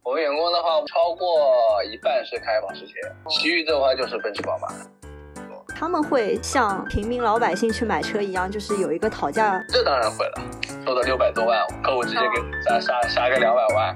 我们员工的话，超过一半是开保时捷，其余的话就是奔驰宝马。 他们会像平民老百姓去买车一样，就是有一个讨价？ 这当然会了，收到600多万，客户直接给我杀个200万。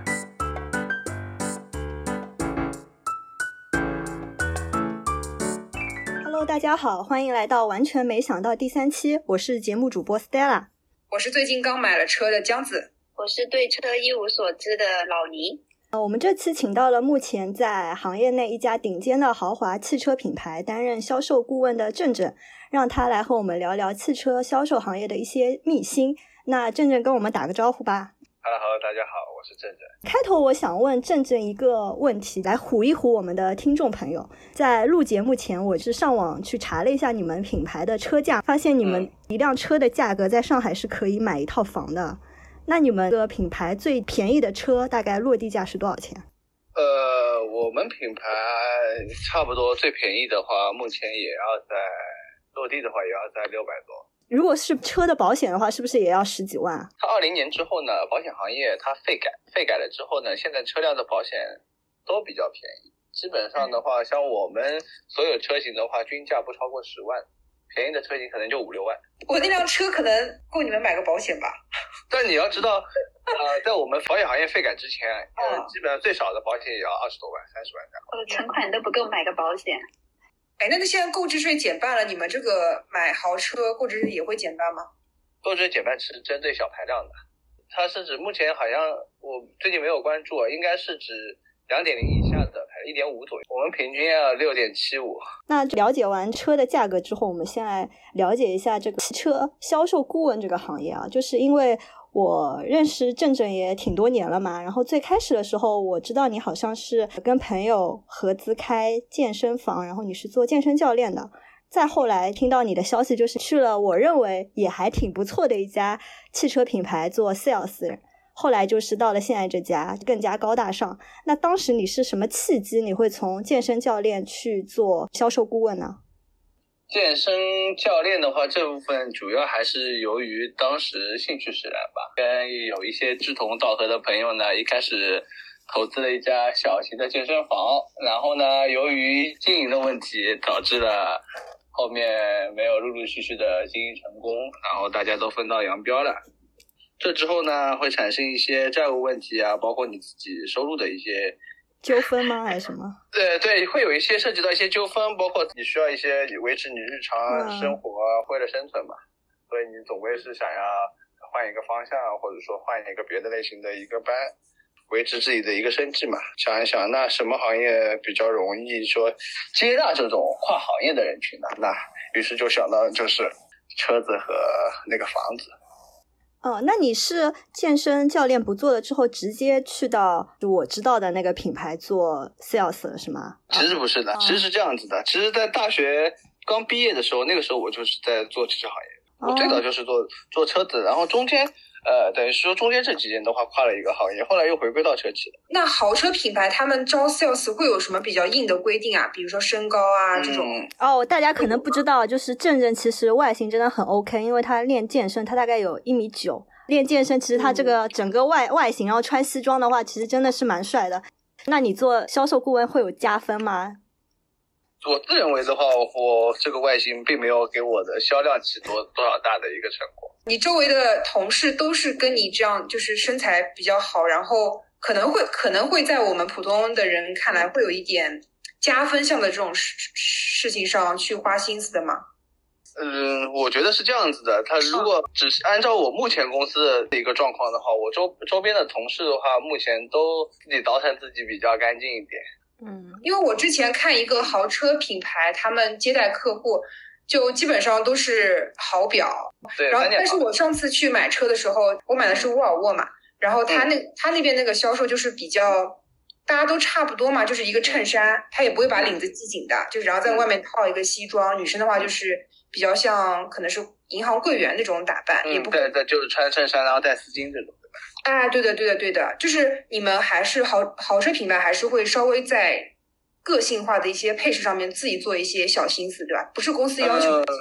Hello， 大家好，欢迎来到完全没想到第3期，我是节目主播 Stella， 我是最近刚买了车的江子， 我是对车一无所知的老倪。 我们这期请到了目前在行业内一家顶尖的豪华汽车品牌担任销售顾问的郑郑，让他来和我们聊聊汽车销售行业的一些秘辛。那郑郑跟我们打个招呼吧。 Hello， 大家好，我是郑郑。 开头我想问郑郑一个问题，来唬一唬我们的听众朋友。在录节目前，我是上网去查了一下你们品牌的车价，发现你们一辆车的价格在上海是可以买一套房的。那你们的品牌最便宜的车大概落地价是多少钱？ 我们品牌差不多最便宜的话，目前也要在落地的话也要在600多。 如果是车的保险的话，是不是也要10几万？ 它20年之后呢，保险行业它费改了之后呢，现在车辆的保险都比较便宜。基本上的话，像我们所有车型的话，均价不超过10万，便宜的车型可能就5、6万。 我那辆车可能够你们买个保险吧。 但你要知道，在我们保险行业费改之前，基本上最少的保险也要20多万、30万这样。 我的存款都不够买个保险。 那现在购置税减半了，你们这个买豪车购置税也会减半吗？ 购置税减半是针对小排量的，它是指目前好像我最近没有关注，应该是指2.0以下的1.5左右，我们平均要6.75。 那了解完车的价格之后，我们先来了解一下这个汽车销售顾问这个行业啊，就是因为我认识郑郑也挺多年了嘛，然后最开始的时候我知道你好像是跟朋友合资开健身房，然后你是做健身教练的。再后来听到你的消息，就是去了我认为也还挺不错的一家汽车品牌做 sales， 后来就是到了现在这家更加高大上。那当时你是什么契机你会从健身教练去做销售顾问呢？ 健身教练的话，这部分主要还是由于当时兴趣使然吧，跟有一些志同道合的朋友呢，一开始投资了一家小型的健身房，然后呢，由于经营的问题，导致了后面没有陆陆续续的经营成功，然后大家都分道扬镳了。这之后呢，会产生一些债务问题啊，包括你自己收入的一些纠纷吗？还是什么？ 对，会有一些涉及到一些纠纷，包括你需要一些维持你日常生活为了生存嘛，所以你总归是想要换一个方向，或者说换一个别的类型的一个班，维持自己的一个生计嘛。想一想，那什么行业比较容易说接纳这种跨行业的人群呢？那于是就想到就是车子和那个房子。 那你是健身教练不做了之后，直接去到我知道的那个品牌做 sales 了是吗？ 其实不是的，其实是这样子的。其实在大学刚毕业的时候，那个时候我就是在做汽车行业，我最早就是做车子，然后中间等于说中间这几年的话跨了一个行业，后来又回归到车企了。 那豪车品牌他们招 sales 会有什么比较硬的规定啊？比如说身高啊这种。 大家可能不知道，就是郑郑其实外形真的很 OK， 因为他练健身，他大概有1.9米，练健身其实他这个整个外形，然后穿西装的话，其实真的是蛮帅的。那你做销售顾问会有加分吗？ 我自认为的话，我这个外形并没有给我的销量起多少大的一个成果。 你周围的同事都是跟你这样，就是身材比较好，然后可能会在我们普通的人看来会有一点加分项的这种事情上去花心思的吗？ 我觉得是这样子的，他如果只是按照我目前公司的一个状况的话，我周边的同事的话，目前都自己捯饬自己比较干净一点。 因为我之前看一个豪车品牌，他们接待客户就基本上都是好表， 对， 然后但是我上次去买车的时候，我买的是沃尔沃嘛，然后他那边那个销售就是比较大家都差不多嘛，就是一个衬衫，他也不会把领子系紧的，就是然后在外面套一个西装，女生的话就是比较像可能是银行柜员那种打扮，也不对，就是穿衬衫然后戴丝巾这种。 对的，就是你们还是豪车品牌还是会稍微在个性化的一些配饰上面自己做一些小心思，对吧？不是公司要求。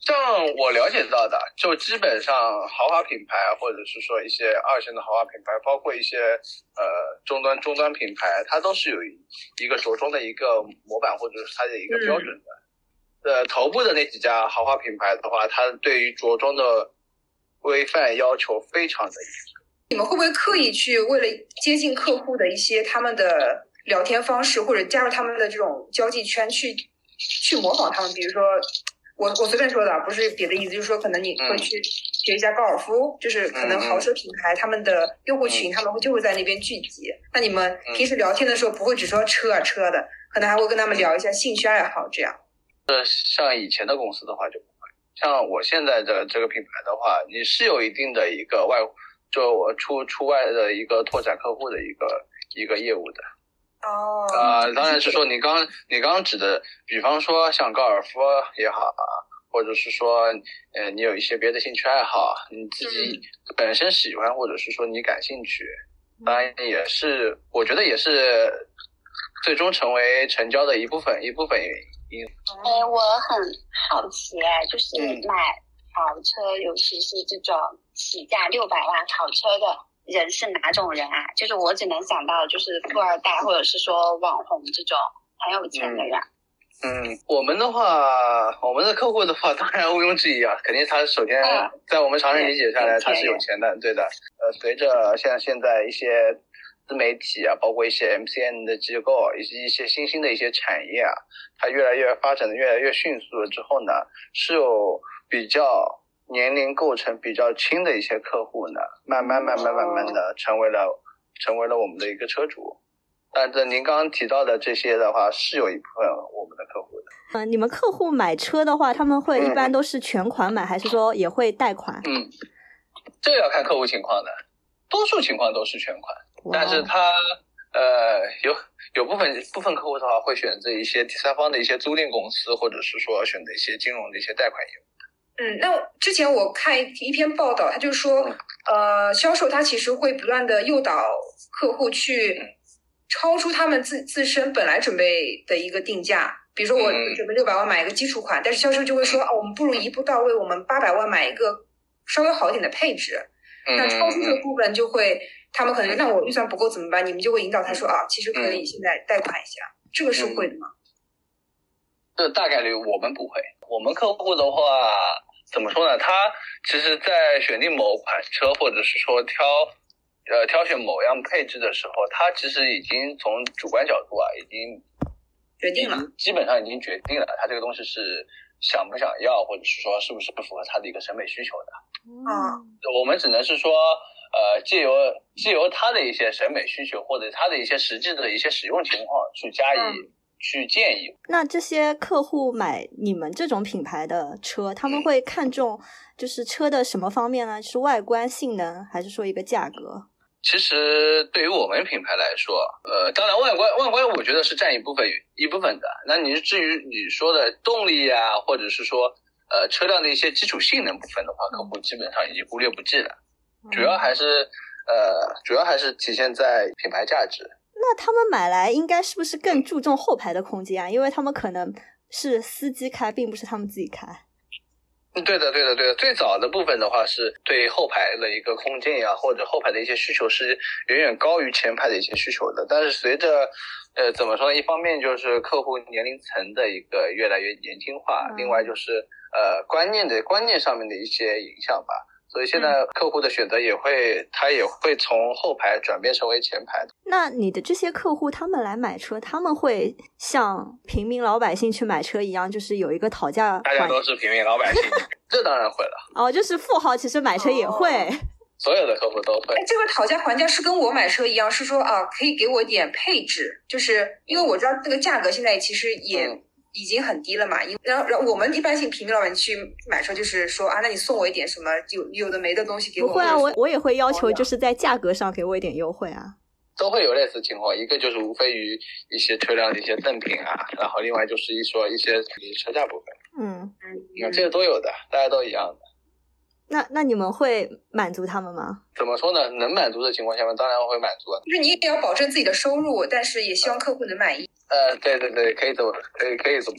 像我了解到的，就基本上豪华品牌或者是说一些二线的豪华品牌，包括一些终端品牌，它都是有一个着装的一个模板或者是它的一个标准的。头部的那几家豪华品牌的话，它对于着装的规范要求非常的严格。 你们会不会刻意去为了接近客户的一些他们的聊天方式，或者加入他们的这种交际圈去模仿他们？比如说我随便说的，不是别的意思，就是说可能你会去学一下高尔夫，就是可能豪车品牌他们的用户群他们就会在那边聚集。那你们平时聊天的时候不会只说车的，可能还会跟他们聊一下兴趣爱好这样。 像以前的公司的话就不会，像我现在的这个品牌的话，你是有一定的一个就我出外的一个拓展客户的一个业务的。当然是说你刚刚指的，比方说像高尔夫也好啊，或者是说你有一些别的兴趣爱好，你自己本身喜欢或者是说你感兴趣，当然也是我觉得也是最终成为成交的一部分原因。 我很好奇就是买豪车，尤其是这种起价600万豪车的人是哪种人啊？就是我只能想到就是富二代，或者是说网红这种很有钱的人。 我们的话，我们的客户的话，当然毋庸置疑啊，肯定他首先在我们常人理解下来，他是有钱的，对的。随着像现在一些自媒体啊，包括一些 MCN 的机构，以及一些新兴的一些产业啊，它越来越发展的越来越迅速了之后呢，是有比较年龄构成比较轻的一些客户呢，慢慢的成为了我们的一个车主。但是您刚刚提到的这些的话，是有一部分我们的客户的。 你们客户买车的话，他们会一般都是全款买，还是说也会贷款？ 这个要看客户情况的，多数情况都是全款，但是他有部分客户的话会选择一些第三方的一些租赁公司，或者是说选择一些金融的一些贷款业务。 那之前我看一篇报道，他就说销售他其实会不断的诱导客户去超出他们自身本来准备的一个定价。比如说我准备600万买一个基础款，但是销售就会说我们不如一步到位，我们800万买一个稍微好一点的配置。那超出这个部分就会他们可能那我预算不够怎么办？你们就会引导他说其实可以现在贷款一下，这个是会的吗？ 这大概率我们不会。我们客户的话怎么说呢，他其实在选定某款车或者是说挑选某样配置的时候，他其实已经从主观角度已经决定了， 基本上已经决定了他这个东西是想不想要，或者是说是不是符合他的一个审美需求的。我们只能是说借由他的一些审美需求或者他的一些实际的一些使用情况去加以去建议。 那这些客户买你们这种品牌的车，他们会看重就是车的什么方面呢？是外观性能，还是说一个价格？ 其实对于我们品牌来说，当然外观我觉得是占一部分的。那你至于你说的动力啊，或者是说车辆的一些基础性能部分的话，客户基本上已经忽略不计了。主要还是体现在品牌价值。 那他们买来应该是不是更注重后排的空间啊？因为他们可能是司机开，并不是他们自己开。 对的。最早的部分的话是对后排的一个空间呀，或者后排的一些需求是远远高于前排的一些需求的。但是随着怎么说呢？一方面就是客户年龄层的一个越来越年轻化，另外就是观念上面的一些影响吧。所以现在客户的选择他也会从后排转变成为前排。 那你的这些客户他们来买车，他们会像平民老百姓去买车一样，就是有一个讨价大家都是平民老百姓这当然会了。 就是富豪其实买车也会。 所有的客户都会。 这个讨价还价是跟我买车一样，是说可以给我一点配置，就是因为我知道这个价格现在其实也已经很低了嘛。然后我们一般性平民老百姓去买车就是说那你送我一点什么有的没的东西给我。 不会啊，我也会要求就是在价格上给我一点优惠啊。 都会有类似情况，一个就是无非于一些车辆的一些赠品啊，然后另外就是一些车价部分。那这个都有的，大家都一样的。 那你们会满足他们吗？ 怎么说呢？能满足的情况下面当然会满足的。 就是你也要保证自己的收入，但是也希望客户能满意。 对，可以这么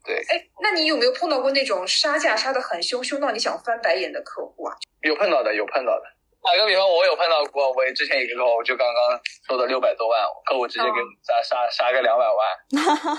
对。 那你有没有碰到过那种杀价杀得很凶，凶到你想翻白眼的客户啊？ 有碰到的。打个比方，我有碰到过，我之前一个客户就刚刚收的600多万，客户直接给我们杀个200万，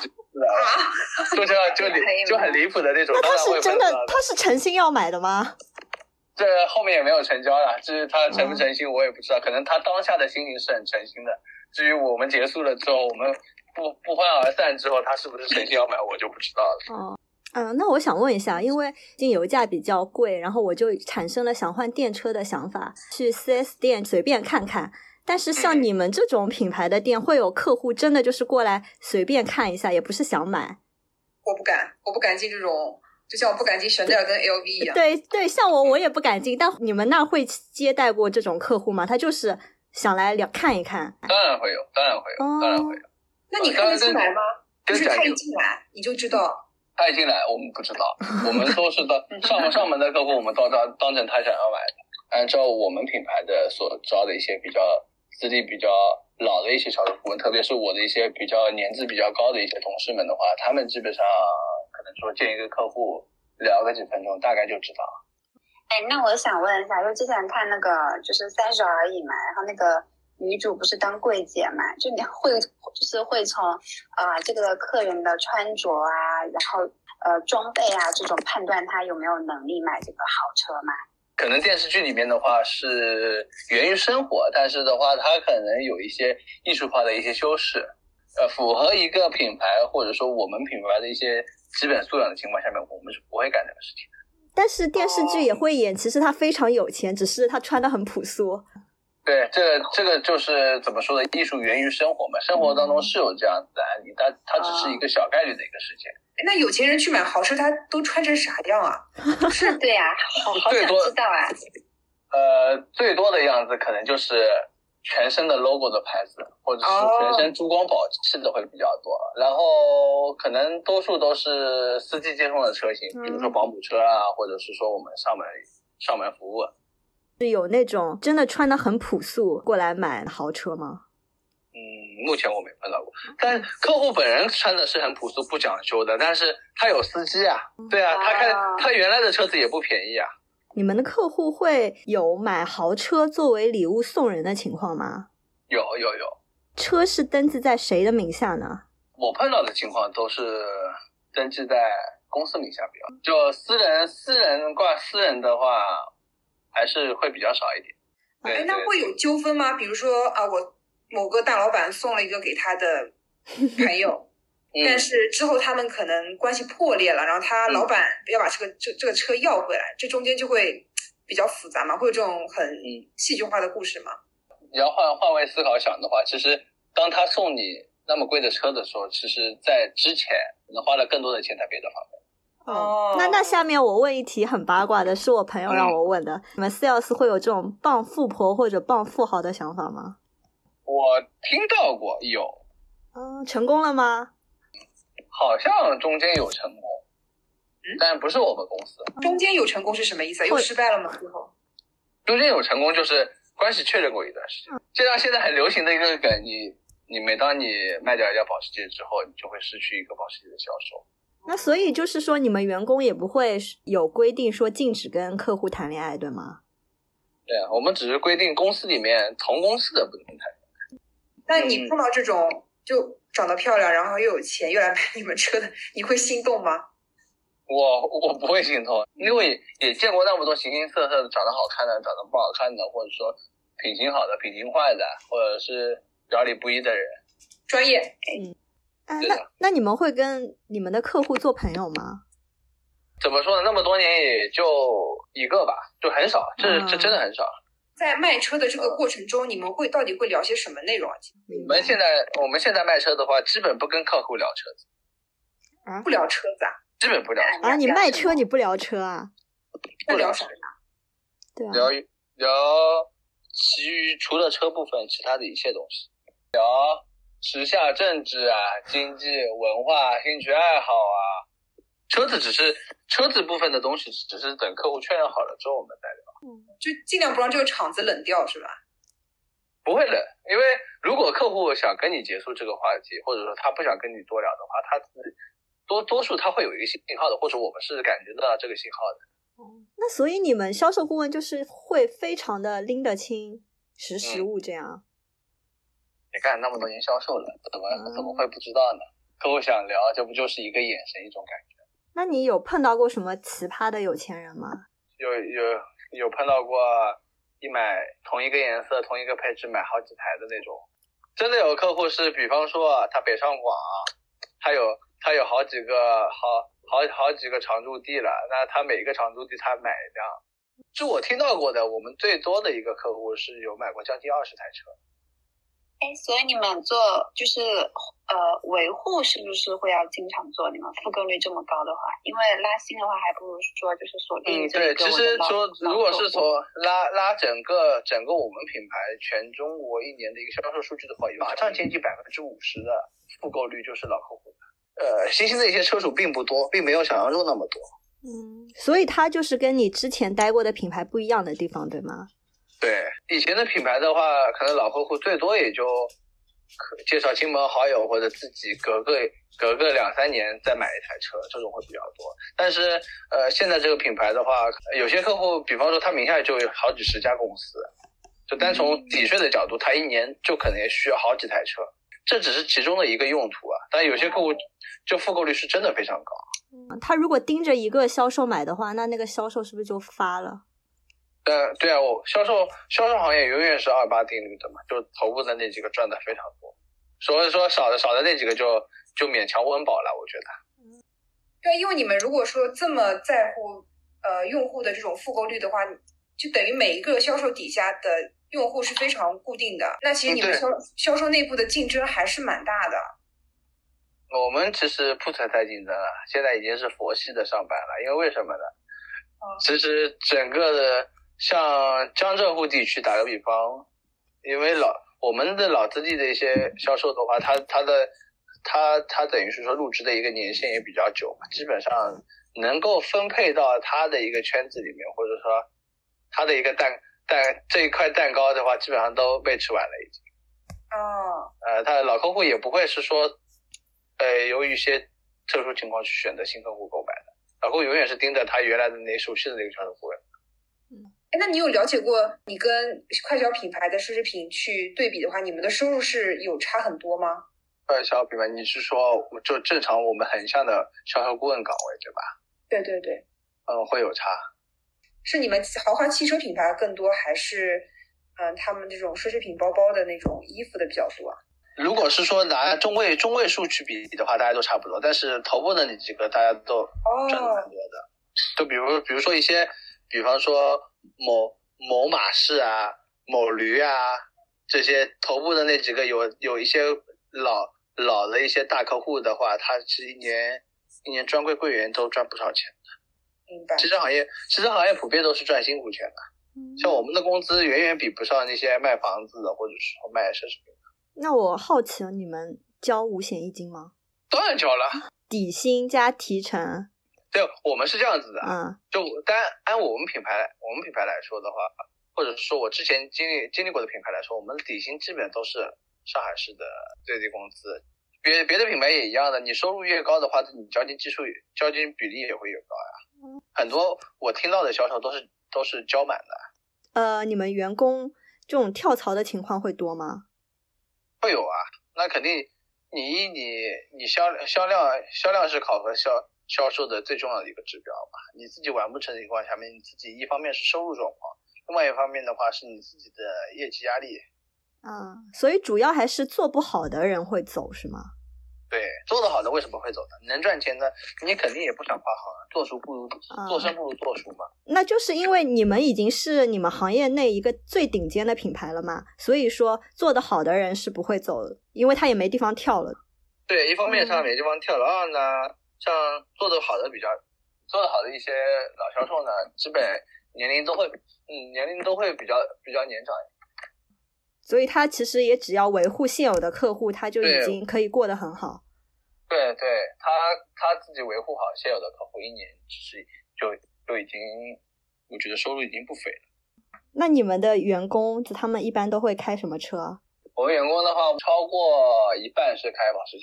就很离谱的那种。 那他是真的， 他是诚心要买的吗？ 这后面也没有成交了，至于他诚不诚心我也不知道，可能他当下的心情是很诚心的。至于我们结束了之后，我们不欢而散之后，他是不是诚心要买，我就不知道了。 那我想问一下，因为今油价比较贵，然后我就产生了想换电车的想法，去 4S 店随便看看。但是像你们这种品牌的店，会有客户真的就是过来随便看一下，也不是想买？ 我不敢进这种，就像我不敢进Chanel跟 LV 一样。 对，像我也不敢进。但你们那会接待过这种客户吗？他就是想来看一看。 当然会有。 那你看得出来吗？就是他一进来你就知道。 他一进来我们不知道，我们都是上门的客户，我们当成他想要买的。按照我们品牌的所招的一些比较资历比较老的一些销售顾问，特别是我的一些比较年资比较高的一些同事们的话，他们基本上可能说见一个客户聊个几分钟，大概就知道。 那我想问一下，就之前看那个就是30而已嘛，然后那个女主不是当柜姐嘛，就你会从这个客人的穿着啊，然后装备啊这种判断他有没有能力买这个好车嘛？ 可能电视剧里面的话是源于生活，但是的话它可能有一些艺术化的一些修饰，符合一个品牌或者说我们品牌的一些基本素养的情况下面，我们是不会干这个事情的。 但是电视剧也会演，其实他非常有钱，只是他穿得很朴素。 对，这个就是怎么说呢？艺术源于生活嘛，生活当中是有这样子的案例，它只是一个小概率的一个事件。 那有钱人去买豪车，他都穿成啥样啊？ 是对呀，好想知道啊。 最多的样子可能就是全身的 logo 的牌子，或者是全身珠光宝气的会比较多。然后可能多数都是司机接送的车型，比如说保姆车啊，或者是说我们上门服务。 是有那种真的穿得很朴素过来买豪车吗？ 目前我没碰到过，但客户本人穿的是很朴素不讲究的，但是他有司机啊，对啊，他原来的车子也不便宜啊。 你们的客户会有买豪车作为礼物送人的情况吗？ 有。 车是登记在谁的名下呢？ 我碰到的情况都是登记在公司名下比较，就私人挂私人的话还是会比较少一点。 那会有纠纷吗？比如说我某个大老板送了一个给他的朋友但是之后他们可能关系破裂了，然后他老板要把这个车要回来，这中间就会比较复杂嘛，会有这种很戏剧化的故事吗？ 你要换位思考想的话，其实当他送你那么贵的车的时候，其实在之前可能花了更多的钱在别的方面。 那下面我问一题很八卦的，是我朋友让我问的，你们 sales 会有这种傍富婆或者傍富豪的想法吗？ 我听到过有。 成功了吗？ 好像中间有成功，但不是我们公司。 中间有成功是什么意思？又失败了吗？最后中间有成功就是关系确认过一段时间，就像现在很流行的一个梗，你每当你卖掉一家保时捷之后，你就会失去一个保时捷的销售。 那所以就是说你们员工也不会有规定说禁止跟客户谈恋爱，对吗？ 对，我们只是规定公司里面同公司的不能谈恋爱。 那你碰到这种就长得漂亮然后又有钱又来买你们车的，你会心动吗？ 我不会心动，因为也见过那么多形形色色的，长得好看的，长得不好看的，或者说品行好的，品行坏的，或者是表里不一的人。 专业。 那你们会跟你们的客户做朋友吗？ 怎么说呢？那么多年也就一个吧，就很少，这真的很少。 在卖车的这个过程中，你们到底会聊些什么内容啊？ 我们现在卖车的话，基本不跟客户聊车子。 不聊车子啊？ 基本不聊车。 你卖车你不聊车啊？ 那聊啥呀？ 对啊， 聊其余除了车部分其他的一切东西，聊时下政治啊、经济、文化、兴趣爱好啊。车子部分的东西只是等客户确认好了之后我们再聊。 就尽量不让这个场子冷掉是吧？ 不会冷，因为如果客户想跟你结束这个话题，或者说他不想跟你多聊的话， 多数它会有一个信号的，或者我们是感觉到这个信号的。 那所以你们销售顾问就是会非常的拎得清实物这样。 你干那么多年销售了，怎么会不知道呢？客户想聊，这不就是一个眼神一种感觉。 那你有碰到过什么奇葩的有钱人吗？ 有碰到过一买同一个颜色同一个配置买好几台的那种。真的有客户是比方说他北上广他有好几个常驻地了，那他每一个常驻地他买一辆。就我听到过的，我们最多的一个客户是有买过将近20台车。 所以你们做就是维护是不是会要经常做？你们复购率这么高的话，因为拉新的话，还不如说就是锁定这个。 对，其实说如果是从拉整个我们品牌全中国一年的一个销售数据的话，马上接近50%的复购率就是老客户的。新兴的一些车主并不多，并没有想象中那么多。 所以它就是跟你之前待过的品牌不一样的地方，对吗？ 对，以前的品牌的话，可能老客户最多也就介绍亲朋好友或者自己隔个2-3年再买一台车，这种会比较多。但是现在这个品牌的话，有些客户比方说他名下就有好几十家公司，就单从抵税的角度，他一年就可能也需要好几台车，这只是其中的一个用途啊。但有些客户就复购率是真的非常高。 他如果盯着一个销售买的话，那个销售是不是就发了？ 对啊，销售行业永远是28定律的嘛，就头部的那几个赚的非常多，所以说少的那几个就勉强温饱了，我觉得。 对，因为你们如果说这么在乎用户的这种复购率的话，就等于每一个销售底下的用户是非常固定的，那其实你们销售内部的竞争还是蛮大的。 我们其实不存在竞争了，现在已经是佛系的上班了，因为为什么呢？其实整个的像江浙沪地区打个比方，因为我们的老资地的一些销售的话，他等于是说入职的一个年限也比较久嘛，基本上能够分配到他的一个圈子里面，或者说他的一个这一块蛋糕的话，基本上都被吃完了已经。他的老客户也不会是说由于一些特殊情况去选择新客户购买的，老客户永远是盯着他原来的那熟悉的那个销售顾问。 那你有了解过你跟快消品牌的奢侈品去对比的话，你们的收入是有差很多吗？ 快消品牌，你是说就正常我们横向的销售顾问岗位对吧？ 对对对。 会有差。是你们豪华汽车品牌更多，还是他们这种奢侈品包包的那种衣服的比较多啊？ 如果是说拿中位数去比的话，大家都差不多，但是头部的那几个大家都赚的蛮多的。就比如说一些，比方说某马仕啊、某驴啊，这些头部的那几个有一些老的一些大客户的话，他是一年专柜柜员都赚不少钱的。 明白。 汽车行业普遍都是赚辛苦钱的。像我们的工资远远比不上那些卖房子的或者是卖奢侈品的。 那我好奇了，你们交五险一金吗？ 当然交了， 底薪加提成。 对，我们是这样子的。就按我们品牌来说的话，或者说我之前经历过的品牌来说，我们的底薪基本都是上海市的最低工资。别的品牌也一样的，你收入越高的话，你交金比例也会越高呀。很多我听到的销售都是交满的。 你们员工这种跳槽的情况会多吗？ 会有啊，那肯定你销量是考核销售的最重要的一个指标嘛。你自己完不成的情况下面，你自己一方面是收入状况，另外一方面的话是你自己的业绩压力。 所以主要还是做不好的人会走是吗？ 对，做得好的为什么会走呢？能赚钱的你肯定也不想花好啊，做生不如做熟嘛。 那就是因为你们已经是你们行业内一个最顶尖的品牌了嘛，所以说做得好的人是不会走的，因为他也没地方跳了。 对，一方面他没地方跳了，二呢，像做得好的一些老销售呢，基本年龄都会比较年长一点。 所以他其实也只要维护现有的客户，他就已经可以过得很好。 对，他自己维护好现有的客户，一年就已经，我觉得收入已经不菲了。 那你们的员工他们一般都会开什么车？ 我们员工的话，超过一半是开保时捷，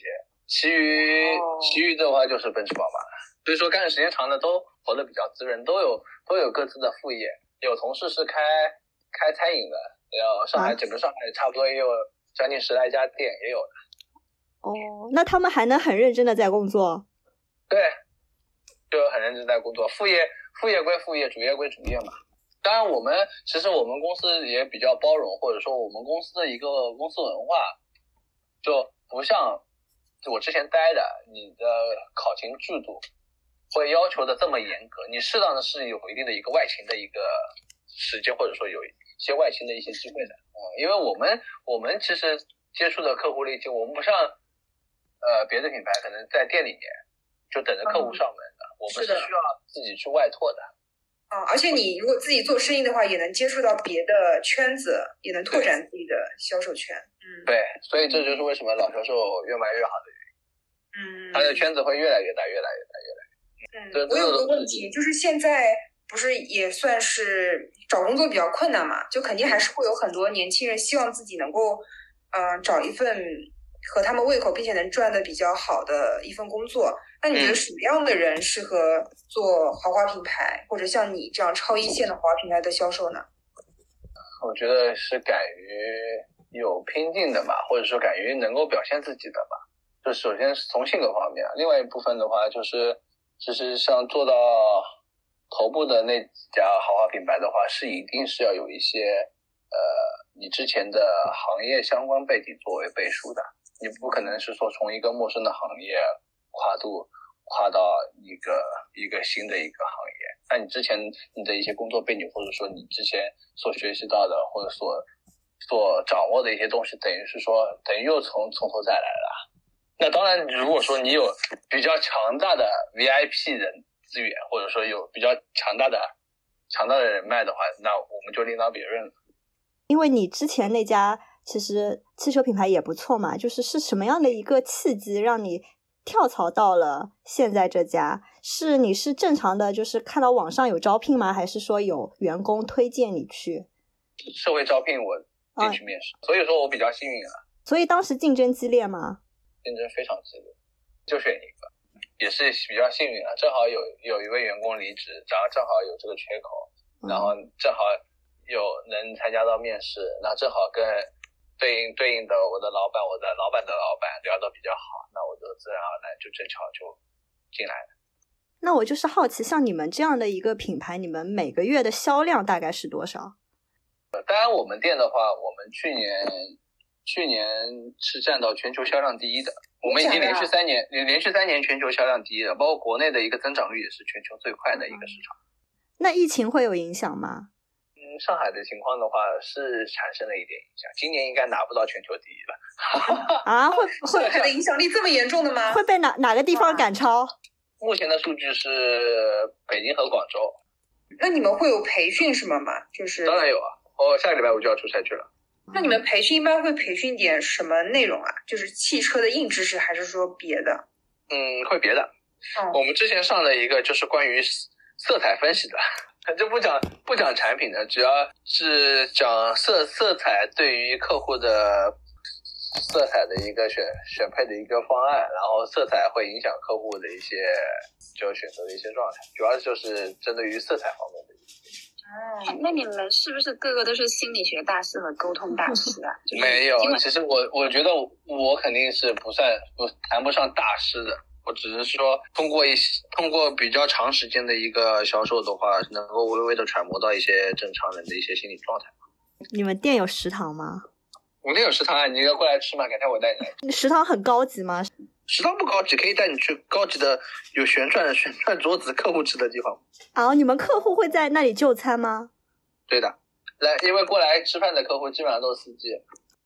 其余的话就是奔驰宝马。所以说干的时间长的都活得比较滋润，都有各自的副业。有同事是开餐饮的，整个上海差不多也有将近10来家店也有的。 哦，那他们还能很认真的在工作？ 对，就很认真在工作。副业归副业，主业归主业嘛。当然其实我们公司也比较包容，或者说我们公司的一个公司文化就不像我之前待的，你的考勤制度会要求的这么严格，你适当的是有一定的一个外勤的一个时间，或者说有一些外勤的一些机会的。因为我们其实接触的客户类型，我们不像别的品牌可能在店里面就等着客户上门的，我们是需要自己去外拓的。 而且你如果自己做生意的话，也能接触到别的圈子，也能拓展自己的销售圈。 对，所以这就是为什么老销售越卖越好的原因。他的圈子会越来越大，越来越大，越来越大。 我有个问题，就是现在不是也算是找工作比较困难嘛，就肯定还是会有很多年轻人希望自己能够找一份和他们胃口并且能赚的比较好的一份工作。那你觉得什么样的人适合做豪华品牌，或者像你这样超一线的豪华品牌的销售呢？ 我觉得是敢于有拼劲的吧，或者说敢于能够表现自己的吧。就首先是从性格方面，另外一部分的话就是像做到头部的那几家豪华品牌的话，是一定是要有一些你之前的行业相关背景作为背书的。你不可能是说从一个陌生的行业跨到一个新的一个行业，那你之前你的一些工作背景，或者说你之前所学习到的或者所掌握的一些东西，等于又从头再来了。那当然，如果说你有比较强大的 VIP 人资源，或者说有比较强大的人脉的话，那我们就另当别论了。 因为你之前那家其实汽车品牌也不错嘛，是什么样的一个契机让你跳槽到了现在这家？你是正常的就是看到网上有招聘吗？还是说有员工推荐你去？ 社会招聘我进去面试，所以说我比较幸运了。 所以当时竞争激烈吗？ 竞争非常激烈，就选一个，也是比较幸运了。正好有一位员工离职，然后正好有这个缺口，然后正好有能参加到面试，那正好跟对应的我的老板的老板聊得比较好，那我就自然而然就正巧就进来了。 那我就是好奇，像你们这样的一个品牌，你们每个月的销量大概是多少？ 当然我们店的话，我们去年是占到全球销量第一的，我们已经连续3年全球销量第一了，包括国内的一个增长率也是全球最快的一个市场。那疫情会有影响吗？ 上海的情况的话是产生了一点影响，今年应该拿不到全球第一了。 啊，会上海的影响力这么严重的吗？ 会被哪个地方赶超？ 目前的数据是北京和广州。 那你们会有培训什么吗？ 当然有啊，下个礼拜我就要出差去了。 那你们培训一般会培训点什么内容啊？就是汽车的硬知识，还是说别的？ 会别的。我们之前上的一个就是关于色彩分析的，就不讲产品的，主要是讲色彩对于客户的色彩的一个选配的一个方案，然后色彩会影响客户的一些就选择的一些状态，主要就是针对于色彩方面的一些。 那你们是不是个个都是心理学大师和沟通大师啊？ 没有，其实我觉得我肯定是谈不上大师的，我只是说通过比较长时间的一个销售的话，能够微微的揣摩到一些正常人的一些心理状态。 你们店有食堂吗？ 我们店有食堂啊，你要过来吃吗？改天我带你来。 食堂很高级吗？ 食堂不高级，可以带你去高级的有旋转桌子客户吃的地方。 你们客户会在那里就餐吗？ 对的，因为过来吃饭的客户基本上都是司机。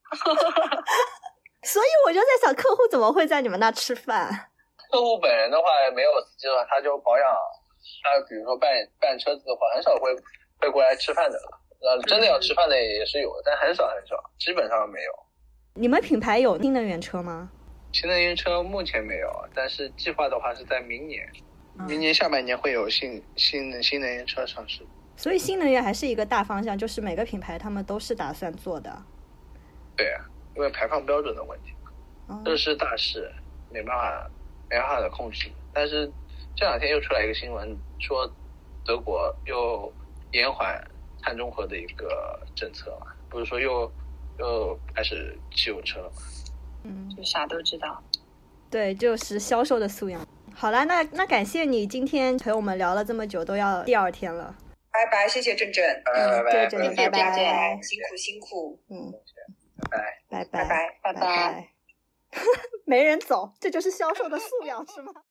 所以我就在想，客户怎么会在你们那吃饭？ 客户本人的话没有司机的话，他就保养，他比如说办车子的话，很少会过来吃饭的了。真的要吃饭的也是有，但很少，基本上没有。你们品牌有新能源车吗？ 新能源车目前没有，但是计划的话是在明年下半年会有新能源车上市。 所以新能源还是一个大方向，就是每个品牌他们都是打算做的。 对啊，因为排放标准的问题，这是大事， 没办法的控制。但是这2天又出来一个新闻，说德国又延缓碳中和的一个政策嘛，不是说又开始汽油车了嘛？ 就啥都知道。 对，就是销售的素养。好啦，那感谢你今天陪我们聊了这么久，都要第2天了。 拜拜，谢谢郑郑。 对，郑郑，拜拜， 辛苦。 拜拜， 拜拜， 拜拜。没人走，这就是销售的素养是吗？